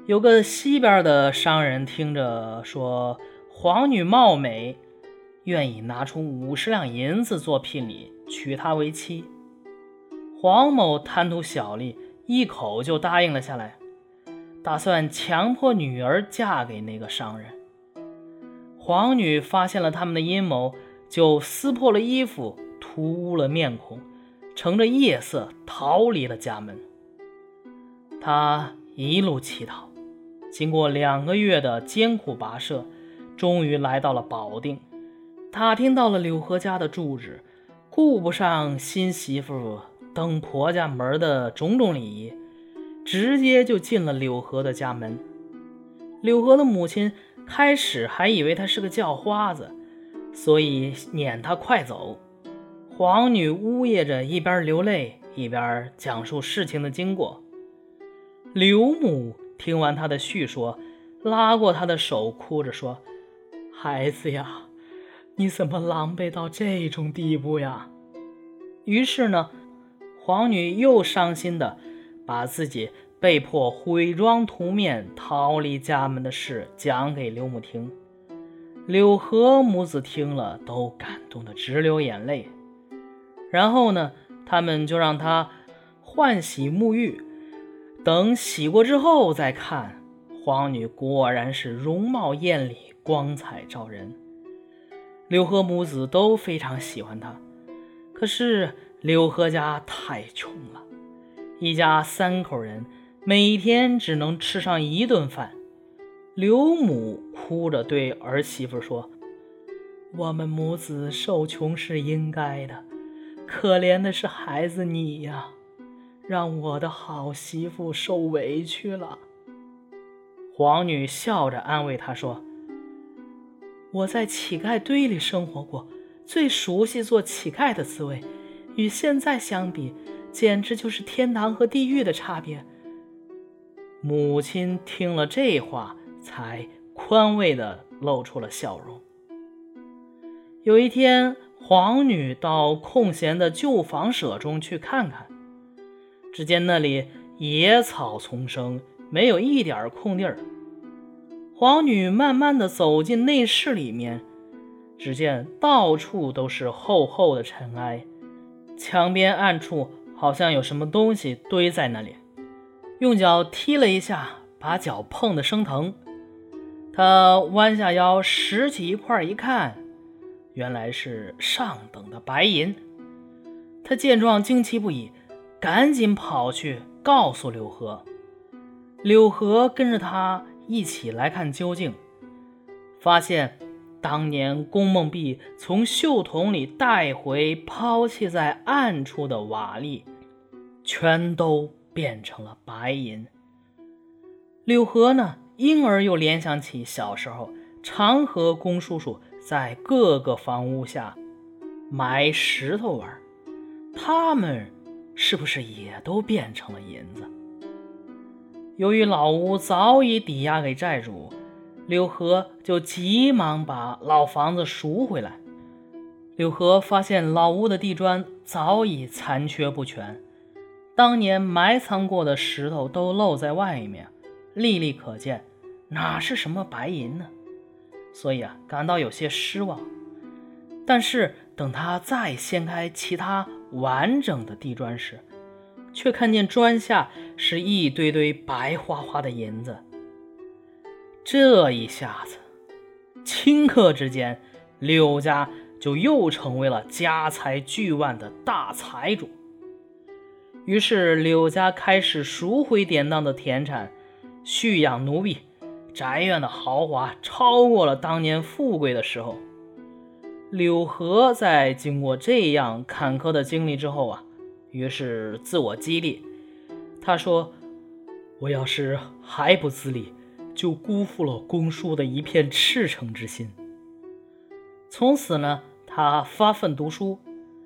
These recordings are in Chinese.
有个西边的商人听着说皇女貌美，愿意拿出50两银子做聘礼，娶她为妻。黄某贪图小利，一口就答应了下来，打算强迫女儿嫁给那个商人。皇女发现了他们的阴谋，就撕破了衣服，涂污了面孔，乘着夜色逃离了家门。她一路乞讨，经过2个月的艰苦跋涉，终于来到了保定。打听到了柳河家的住址，顾不上新媳妇登婆家门的种种礼仪，直接就进了柳河的家门。柳河的母亲开始还以为他是个叫花子，所以撵他快走。皇女呜咽着，一边流泪一边讲述事情的经过。刘母听完他的叙说，拉过他的手，哭着说：孩子呀，你怎么狼狈到这种地步呀？于是呢，皇女又伤心的把自己被迫毁妆涂面逃离家门的事讲给刘母听。柳河母子听了都感动得直流眼泪。然后呢，他们就让他换洗沐浴，等洗过之后再看，皇女果然是容貌艳丽，光彩照人。柳河母子都非常喜欢她，可是柳河家太穷了，一家3口人每天只能吃上1顿饭。刘母哭着对儿媳妇说：我们母子受穷是应该的，可怜的是孩子你呀，让我的好媳妇受委屈了。皇女笑着安慰她说：我在乞丐堆里生活过，最熟悉做乞丐的滋味，与现在相比，简直就是天堂和地狱的差别。母亲听了这话，才宽慰地露出了笑容。有一天，皇女到空闲的旧房舍中去看看，只见那里野草丛生，没有一点空地儿。皇女慢慢地走进内室里面，只见到处都是厚厚的尘埃，墙边暗处好像有什么东西堆在那里，用脚踢了一下，把脚碰得生疼。她弯下腰拾起一块一看，原来是上等的白银。她见状惊奇不已，赶紧跑去告诉柳河。柳河跟着她一起来看究竟，发现当年龚梦碧从袖筒里带回抛弃在暗处的瓦砾，全都变成了白银。柳河呢，因而又联想起小时候常和龚叔叔在各个房屋下埋石头玩，他们是不是也都变成了银子？由于老屋早已抵押给债主，柳河就急忙把老房子赎回来。柳河发现老屋的地砖早已残缺不全，当年埋藏过的石头都露在外面，历历可见，哪是什么白银呢？所以感到有些失望。但是等他再掀开其他完整的地砖时，却看见砖下是一堆堆白花花的银子。这一下子，顷刻之间，柳家就又成为了家财巨万的大财主。于是柳家开始赎回典当的田产，蓄养奴婢，宅院的豪华超过了当年富贵的时候。柳河在经过这样坎坷的经历之后于是自我激励，他说：我要是还不自立，就辜负了公叔的一片赤诚之心。从此呢，他发奋读书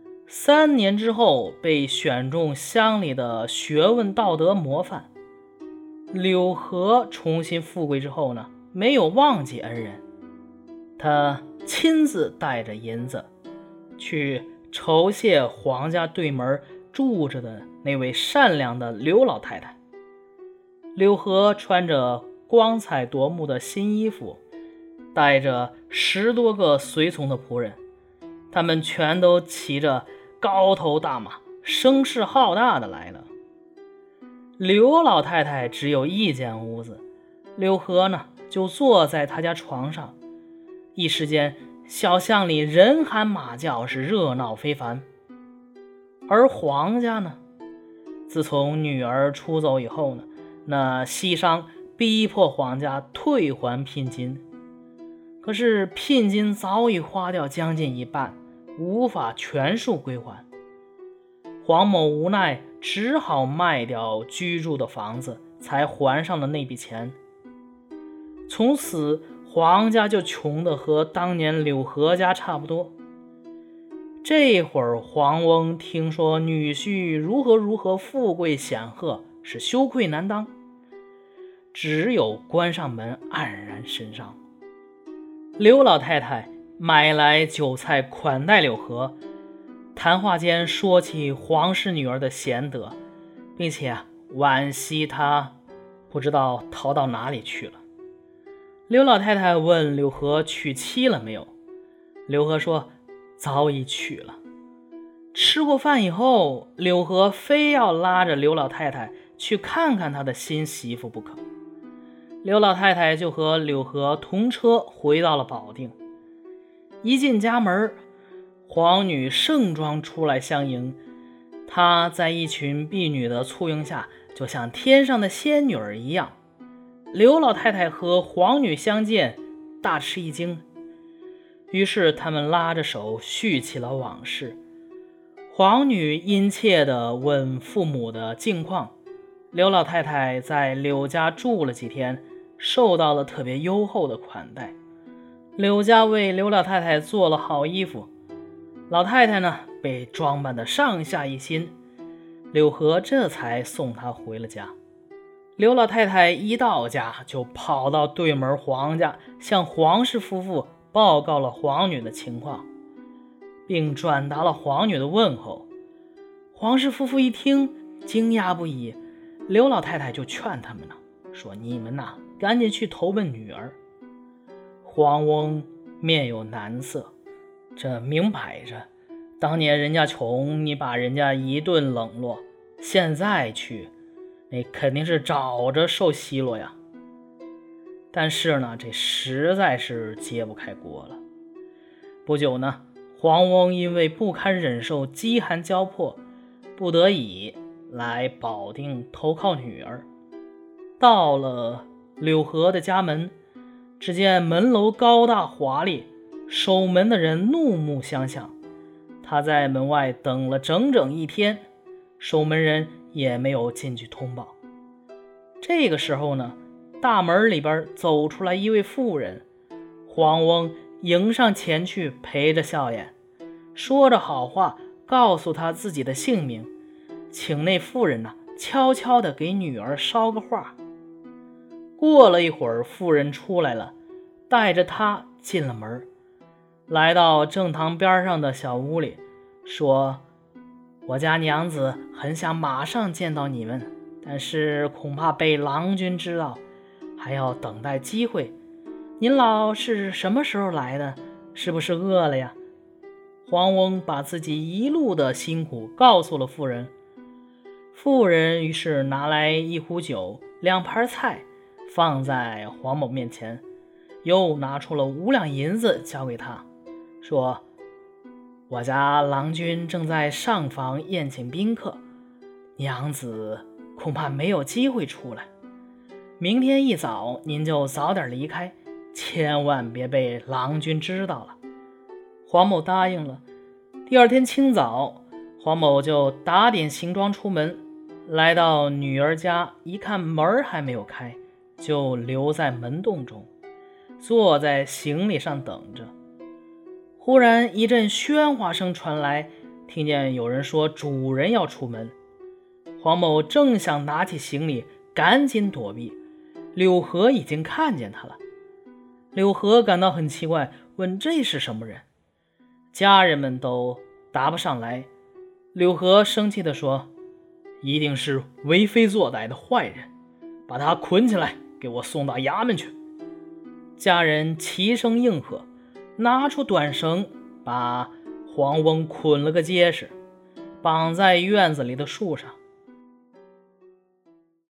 ，3年之后被选中乡里的学问道德模范。柳河重新富贵之后呢，没有忘记恩人，他亲自带着银子去酬谢皇家对门住着的那位善良的刘老太太。柳河穿着光彩夺目的新衣服，带着10多个随从的仆人，他们全都骑着高头大马，声势浩大的来了。刘老太太只有一间屋子，柳河呢就坐在她家床上，一时间小巷里人喊马叫，是热闹非凡。而黄家呢，自从女儿出走以后呢，那西商逼迫黄家退还聘金，可是聘金早已花掉将近一半，无法全数归还。黄某无奈只好卖掉居住的房子，才还上了那笔钱。从此黄家就穷得和当年柳河家差不多。这会儿黄翁听说女婿如何富贵显赫，是羞愧难当，只有关上门黯然神伤。刘老太太买来酒菜款待柳河，谈话间说起黄氏女儿的贤德，并且惋惜她不知道逃到哪里去了。刘老太太问柳河娶妻了没有，柳河说早已娶了。吃过饭以后，柳河非要拉着刘老太太去看看她的新媳妇不可。刘老太太就和柳河同车回到了保定。一进家门，黄女盛装出来相迎，她在一群婢女的簇拥下，就像天上的仙女儿一样。刘老太太和黄女相见，大吃一惊，于是他们拉着手叙起了往事。黄女殷切地问父母的近况，刘老太太在柳家住了几天，受到了特别优厚的款待。柳家为刘老太太做了好衣服，老太太呢被装扮得上下一心，柳河这才送她回了家。刘老太太一到家就跑到对门黄家，向黄氏夫妇报告了黄女的情况，并转达了黄女的问候。黄氏夫妇一听惊讶不已，刘老太太就劝他们说你们赶紧去投奔女儿。黄翁面有难色，这明摆着当年人家穷，你把人家一顿冷落，现在去那肯定是找着受奚落呀。但是呢，这实在是揭不开锅了。不久呢，黄翁因为不堪忍受饥寒交迫，不得已来保定投靠女儿。到了柳河的家门，只见门楼高大华丽，守门的人怒目相向。他在门外等了整整一天，守门人也没有进去通报。这个时候呢，大门里边走出来一位妇人，黄翁迎上前去，陪着笑颜，说着好话，告诉他自己的姓名，请那妇人悄悄地给女儿捎个话。过了一会儿，妇人出来了，带着他进了门，来到正堂边上的小屋里，说我家娘子很想马上见到你们，但是恐怕被郎君知道，还要等待机会。您老是什么时候来的？是不是饿了呀？黄翁把自己一路的辛苦告诉了妇人。妇人于是拿来一壶酒，2盘菜，放在黄某面前，又拿出了5两银子交给他，说我家郎君正在上房宴请宾客，娘子恐怕没有机会出来，明天一早您就早点离开，千万别被郎君知道了。黄某答应了。第二天清早，黄某就打点行装出门，来到女儿家，一看门还没有开，就留在门洞中，坐在行李上等着。忽然一阵喧哗声传来，听见有人说主人要出门。黄某正想拿起行李赶紧躲避，柳河已经看见他了。柳河感到很奇怪，问这是什么人。家人们都答不上来。柳河生气地说，一定是为非作歹的坏人，把他捆起来给我送到衙门去。家人齐声应和，拿出短绳，把黄翁捆了个结实，绑在院子里的树上。